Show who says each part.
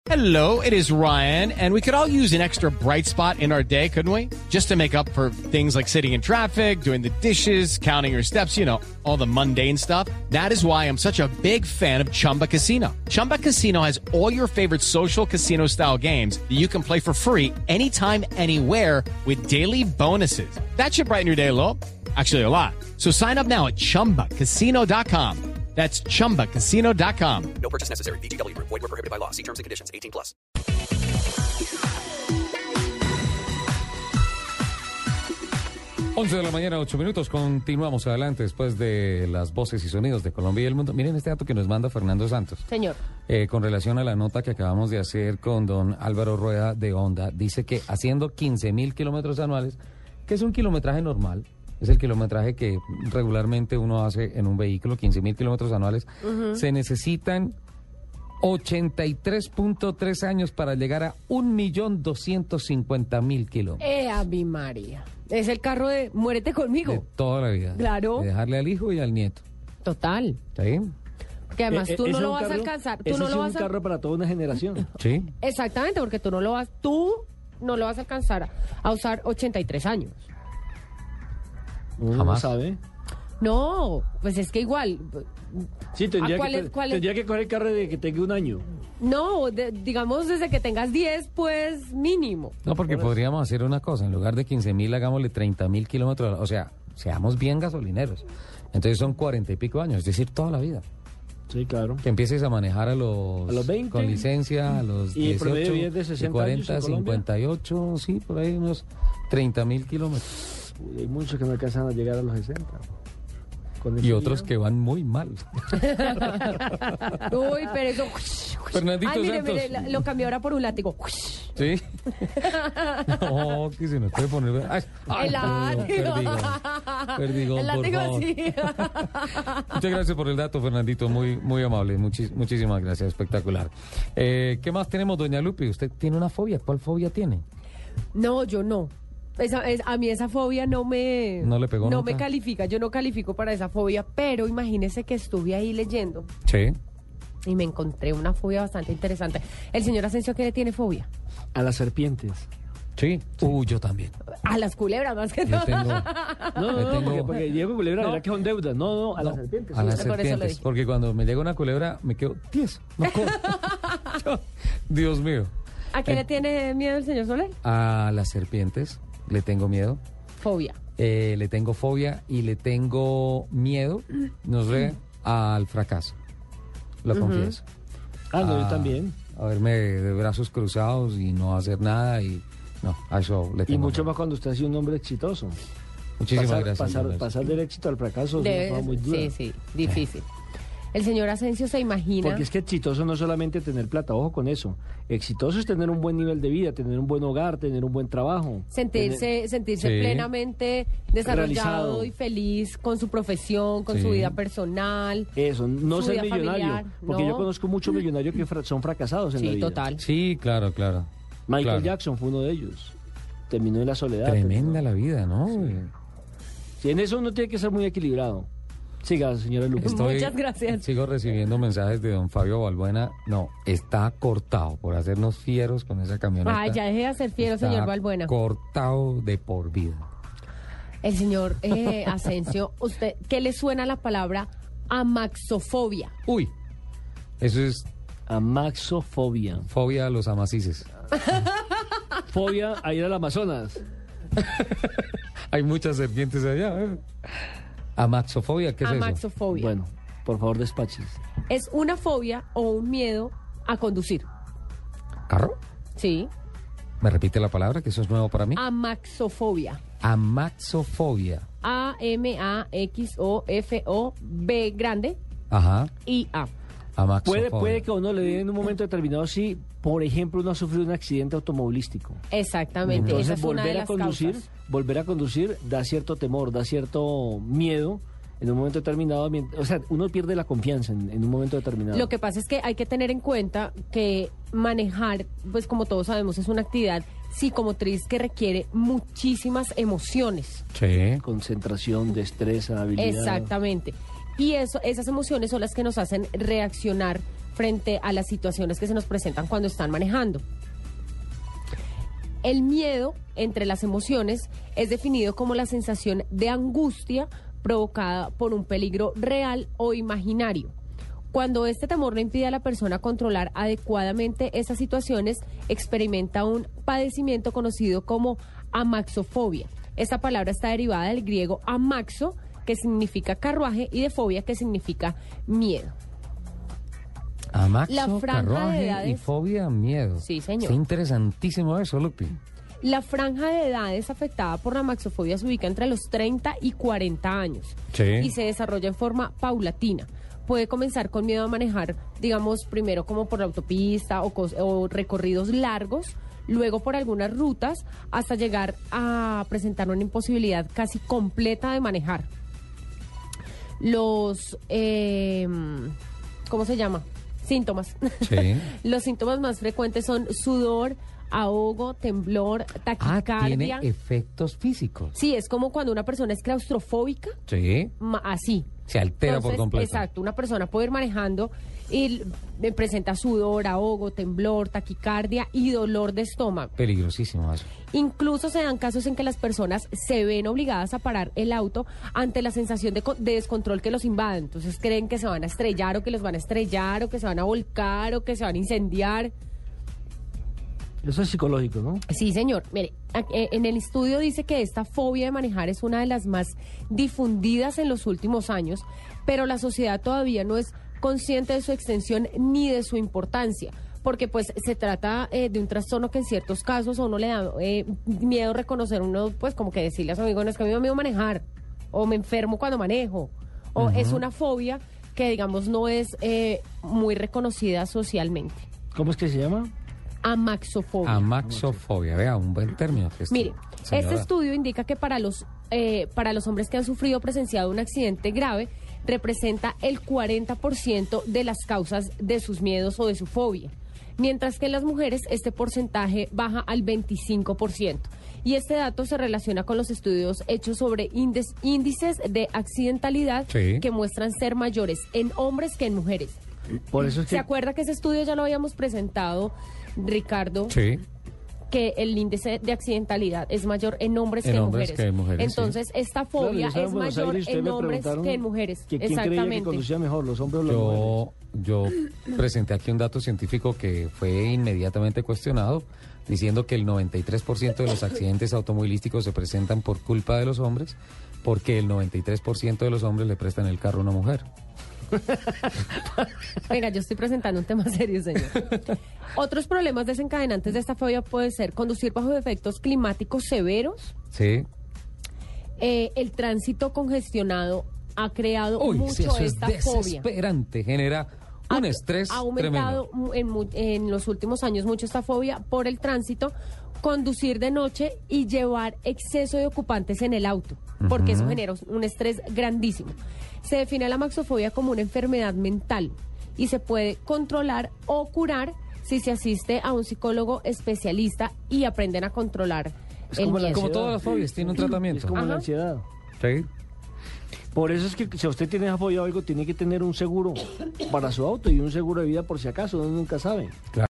Speaker 1: Hello, it is Ryan, and we could all use an extra bright spot in our day, couldn't we? Just to make up for things like sitting in traffic, doing the dishes, counting your steps, you know, all the mundane stuff. That is why I'm such a big fan of Chumba Casino. Chumba Casino has all your favorite social casino-style games that you can play for free anytime, anywhere with daily bonuses. That should brighten your day a little. Actually, a lot. So sign up now at ChumbaCasino.com. That's ChumbaCasino.com.
Speaker 2: No purchase necessary. VGW Group. Void where prohibited by law. See terms and conditions. 18+.
Speaker 3: Once de la mañana, 8 minutos. Continuamos adelante después de las voces y sonidos de Colombia y el mundo. Miren este dato que nos manda Fernando Santos.
Speaker 4: Señor.
Speaker 3: Con relación a la nota que acabamos de hacer con don Álvaro Rueda de Honda, dice que haciendo 15.000 kilómetros anuales, que es un kilometraje normal, es el kilometraje que regularmente uno hace en un vehículo, 15.000 kilómetros anuales, se necesitan 83.3 años para llegar a 1.250.000 kilómetros.
Speaker 4: A mi María. Es el carro de Muérete conmigo.
Speaker 3: De toda la vida.
Speaker 4: Claro.
Speaker 3: De dejarle al hijo y al nieto.
Speaker 4: Total.
Speaker 3: ¿Sí?
Speaker 4: Porque además tú no lo vas a alcanzar. Tú no lo vas
Speaker 5: un carro para toda una generación.
Speaker 3: Sí.
Speaker 4: Exactamente, porque tú no lo vas a alcanzar a usar 83 años.
Speaker 5: Uno
Speaker 3: Jamás.
Speaker 5: no sabe.
Speaker 4: No, pues es que igual.
Speaker 5: Sí, tendría
Speaker 4: ¿cuál es?
Speaker 5: que coger el carro de que tenga un año.
Speaker 4: No, digamos desde que tengas 10, pues mínimo.
Speaker 3: No, porque podríamos hacer una cosa. En lugar de 15.000, hagámosle 30.000 kilómetros. O sea, seamos bien gasolineros. Entonces son 40 y pico años, es decir, toda la vida.
Speaker 5: Sí, claro.
Speaker 3: Que empieces a manejar a los
Speaker 5: 20.
Speaker 3: Con licencia, a los
Speaker 5: Y el
Speaker 3: 18,
Speaker 5: promedio de vida es de 60
Speaker 3: 40,
Speaker 5: años en Colombia.
Speaker 3: 58, sí, por ahí unos 30.000 kilómetros.
Speaker 5: Uy, hay muchos que no alcanzan a llegar a los 60. Con
Speaker 3: Y
Speaker 5: ese
Speaker 3: otros
Speaker 5: día.
Speaker 3: que van muy mal.
Speaker 4: Uy, pero eso.
Speaker 3: Fernandito
Speaker 4: Ay, mire,
Speaker 3: Santos.
Speaker 4: mire, lo cambié ahora por un látigo.
Speaker 3: ¿Sí? No, que se nos puede poner... Ay,
Speaker 4: El látigo.
Speaker 3: Perdigón,
Speaker 4: El
Speaker 3: por
Speaker 4: látigo
Speaker 3: favor.
Speaker 4: sí.
Speaker 3: Muchas gracias por el dato, Fernandito. Muy, muy amable. Muchísimas gracias. Espectacular. ¿Qué más tenemos, doña Lupi? ¿Usted tiene una fobia? ¿Cuál fobia tiene?
Speaker 4: No, yo no. A mí esa fobia no me...
Speaker 3: ¿No le pegó
Speaker 4: No
Speaker 3: nunca?
Speaker 4: me califica, yo no califico para esa fobia, pero imagínese que estuve ahí leyendo
Speaker 3: Sí.
Speaker 4: y me encontré una fobia bastante interesante. El señor Asensio, ¿qué le tiene fobia?
Speaker 5: A las serpientes.
Speaker 3: Sí. Yo también.
Speaker 4: A las culebras más que
Speaker 3: Yo
Speaker 4: todo.
Speaker 3: tengo...
Speaker 5: No, porque Diego Culebra dirá que son deudas. No, a las serpientes.
Speaker 3: A las
Speaker 4: Por eso lo
Speaker 3: serpientes,
Speaker 4: dije.
Speaker 3: porque cuando me llega una culebra me quedo tieso, no corro. Dios mío.
Speaker 4: ¿A qué le tiene miedo el señor Soler?
Speaker 3: A las serpientes le tengo miedo,
Speaker 4: Fobia.
Speaker 3: le tengo fobia y le tengo miedo, no sé, al fracaso, lo confieso.
Speaker 5: No, yo también.
Speaker 3: A verme de brazos cruzados y no hacer nada y no, a eso le
Speaker 5: Y
Speaker 3: tengo
Speaker 5: mucho
Speaker 3: miedo.
Speaker 5: más cuando usted ha sido un hombre exitoso.
Speaker 3: Muchísimas gracias. don Nelson.
Speaker 5: Pasar del éxito al fracaso es una forma muy dura.
Speaker 4: Sí, difícil. El señor Asensio se imagina...
Speaker 5: Porque es que exitoso no es solamente tener plata, ojo con eso. Exitoso es tener un buen nivel de vida, tener un buen hogar, tener un buen trabajo.
Speaker 4: Sentirse
Speaker 3: Sí.
Speaker 4: plenamente desarrollado
Speaker 5: Realizado.
Speaker 4: y feliz con su profesión, con
Speaker 3: Sí.
Speaker 4: su vida personal.
Speaker 5: Eso, no
Speaker 4: Su
Speaker 5: ser
Speaker 4: vida
Speaker 5: millonario.
Speaker 4: familiar,
Speaker 5: Porque
Speaker 4: no.
Speaker 5: yo conozco muchos millonarios que son fracasados en la
Speaker 4: Sí,
Speaker 5: vida.
Speaker 4: total.
Speaker 3: Sí, claro.
Speaker 5: Michael
Speaker 3: Claro.
Speaker 5: Jackson fue uno de ellos. Terminó en la soledad.
Speaker 3: Tremenda la vida, ¿no?
Speaker 5: Sí, en eso uno tiene que ser muy equilibrado. Siga, señora Lupita.
Speaker 4: Muchas gracias.
Speaker 3: Sigo recibiendo mensajes de don Fabio Balbuena. No, está cortado por hacernos fieros con esa camioneta.
Speaker 4: Ay, ya deje de hacer fiero,
Speaker 3: Está
Speaker 4: señor Balbuena.
Speaker 3: cortado de por vida.
Speaker 4: El señor Asensio, ¿usted qué le suena la palabra amaxofobia?
Speaker 3: Uy, eso es
Speaker 5: Amaxofobia.
Speaker 3: fobia a los amacices.
Speaker 5: Fobia a ir al Amazonas.
Speaker 3: Hay muchas serpientes allá. Amaxofobia, ¿qué es eso?
Speaker 4: Amaxofobia.
Speaker 5: Bueno, por favor, despaches.
Speaker 4: Es una fobia o un miedo a conducir.
Speaker 3: ¿Carro?
Speaker 4: Sí.
Speaker 3: ¿Me repite la palabra? Que eso es nuevo para mí.
Speaker 4: Amaxofobia.
Speaker 3: Amaxofobia.
Speaker 4: A-M-A-X-O-F-O-B grande
Speaker 3: Ajá.
Speaker 4: y A.
Speaker 3: Amaxofobia.
Speaker 5: Puede que a uno le dé en un momento determinado si, por ejemplo, uno ha sufrido un accidente automovilístico.
Speaker 4: Exactamente. Esa
Speaker 5: Entonces,
Speaker 4: es una de las causas.
Speaker 5: volver a conducir da cierto temor, da cierto miedo en un momento determinado. O sea, uno pierde la confianza en un momento determinado.
Speaker 4: Lo que pasa es que hay que tener en cuenta que manejar, pues como todos sabemos, es una actividad psicomotriz que requiere muchísimas emociones.
Speaker 3: Sí.
Speaker 5: Concentración, destreza, habilidad.
Speaker 4: Exactamente. Y esas emociones son las que nos hacen reaccionar frente a las situaciones que se nos presentan cuando están manejando. El miedo, entre las emociones, es definido como la sensación de angustia provocada por un peligro real o imaginario. Cuando este temor le impide a la persona controlar adecuadamente esas situaciones, experimenta un padecimiento conocido como amaxofobia. Esta palabra está derivada del griego amaxo, que significa carruaje, y de fobia, que significa miedo.
Speaker 3: Amaxo,
Speaker 4: La franja de
Speaker 3: carruaje
Speaker 4: edades-
Speaker 3: y fobia, miedo.
Speaker 4: Sí, señor.
Speaker 3: Está interesantísimo eso, Lupi.
Speaker 4: La franja de edades afectada por la amaxofobia se ubica entre los 30 y 40 años
Speaker 3: Sí.
Speaker 4: y se desarrolla en forma paulatina. Puede comenzar con miedo a manejar, digamos, primero como por la autopista o recorridos largos, luego por algunas rutas, hasta llegar a presentar una imposibilidad casi completa de manejar. Los, ¿cómo se llama? Síntomas.
Speaker 3: Sí.
Speaker 4: Los síntomas más frecuentes son sudor, ahogo, temblor,
Speaker 3: Ah,
Speaker 4: taquicardia.
Speaker 3: tiene efectos físicos.
Speaker 4: Sí, es como cuando una persona es claustrofóbica,
Speaker 3: Sí.
Speaker 4: así.
Speaker 3: Se altera por
Speaker 4: Entonces,
Speaker 3: completo.
Speaker 4: Exacto, una persona puede ir manejando y presenta sudor, ahogo, temblor, taquicardia y dolor de estómago.
Speaker 3: Peligrosísimo eso.
Speaker 4: Incluso se dan casos en que las personas se ven obligadas a parar el auto ante la sensación de descontrol que los invade. Entonces creen que se van a estrellar o que los van a estrellar o que se van a volcar o que se van a incendiar.
Speaker 5: Eso es psicológico, ¿no?
Speaker 4: Sí, señor. Mire, en el estudio dice que esta fobia de manejar es una de las más difundidas en los últimos años, pero la sociedad todavía no es consciente de su extensión ni de su importancia, porque pues se trata de un trastorno que en ciertos casos a uno le da miedo reconocer, uno pues como que decirle a su amigo, no, es que a mí me da miedo manejar, o me enfermo cuando manejo, o es una fobia que digamos no es muy reconocida socialmente.
Speaker 5: ¿Cómo es que se llama?
Speaker 4: Amaxofobia.
Speaker 3: Amaxofobia, vea, un buen término.
Speaker 4: Mire, este
Speaker 3: señora.
Speaker 4: estudio indica que para los hombres que han sufrido o presenciado un accidente grave, representa el 40% de las causas de sus miedos o de su fobia, mientras que en las mujeres este porcentaje baja al 25%. Y este dato se relaciona con los estudios hechos sobre índices de accidentalidad
Speaker 3: Sí.
Speaker 4: que muestran ser mayores en hombres que en mujeres.
Speaker 5: Por eso es
Speaker 4: ¿Se
Speaker 5: que...
Speaker 4: acuerda que ese estudio ya lo habíamos presentado, Ricardo?
Speaker 3: Sí.
Speaker 4: Que el índice de accidentalidad es mayor en hombres
Speaker 3: En
Speaker 4: que en
Speaker 3: hombres
Speaker 4: mujeres.
Speaker 3: que en mujeres,
Speaker 4: Entonces, esta
Speaker 5: Claro,
Speaker 4: fobia
Speaker 5: yo estaba
Speaker 4: es
Speaker 5: en Buenos
Speaker 4: mayor
Speaker 5: Aires, ustedes
Speaker 4: en
Speaker 5: me
Speaker 4: hombres
Speaker 5: preguntaron
Speaker 4: que en mujeres.
Speaker 5: que ¿quién creía que
Speaker 4: Exactamente.
Speaker 5: conducía mejor, los hombres o las mujeres?
Speaker 3: Yo presenté aquí un dato científico que fue inmediatamente cuestionado, diciendo que el 93% de los accidentes automovilísticos se presentan por culpa de los hombres, porque el 93% de los hombres le prestan el carro a una mujer.
Speaker 4: Venga, yo estoy presentando un tema serio, señor. Otros problemas desencadenantes de esta fobia pueden ser conducir bajo efectos climáticos severos.
Speaker 3: Sí.
Speaker 4: El tránsito congestionado ha creado
Speaker 3: Uy, sí,
Speaker 4: mucho
Speaker 3: eso es
Speaker 4: esta fobia.
Speaker 3: desesperante, genera un estrés
Speaker 4: Ha aumentado
Speaker 3: tremendo.
Speaker 4: en los últimos años mucho esta fobia por el tránsito, conducir de noche y llevar exceso de ocupantes en el auto, porque eso genera un estrés grandísimo. Se define la amaxofobia como una enfermedad mental y se puede controlar o curar si se asiste a un psicólogo especialista y aprenden a controlar
Speaker 5: Es
Speaker 4: el
Speaker 5: como la
Speaker 4: miedo.
Speaker 3: Como
Speaker 5: ansiedad.
Speaker 3: todas las fobias, tiene un tratamiento.
Speaker 5: Es como la
Speaker 4: Ajá.
Speaker 5: ansiedad.
Speaker 3: Sí.
Speaker 5: Por eso es que si usted tiene esa fobia o algo, tiene que tener un seguro para su auto y un seguro de vida por si acaso, uno nunca sabe.
Speaker 3: Claro.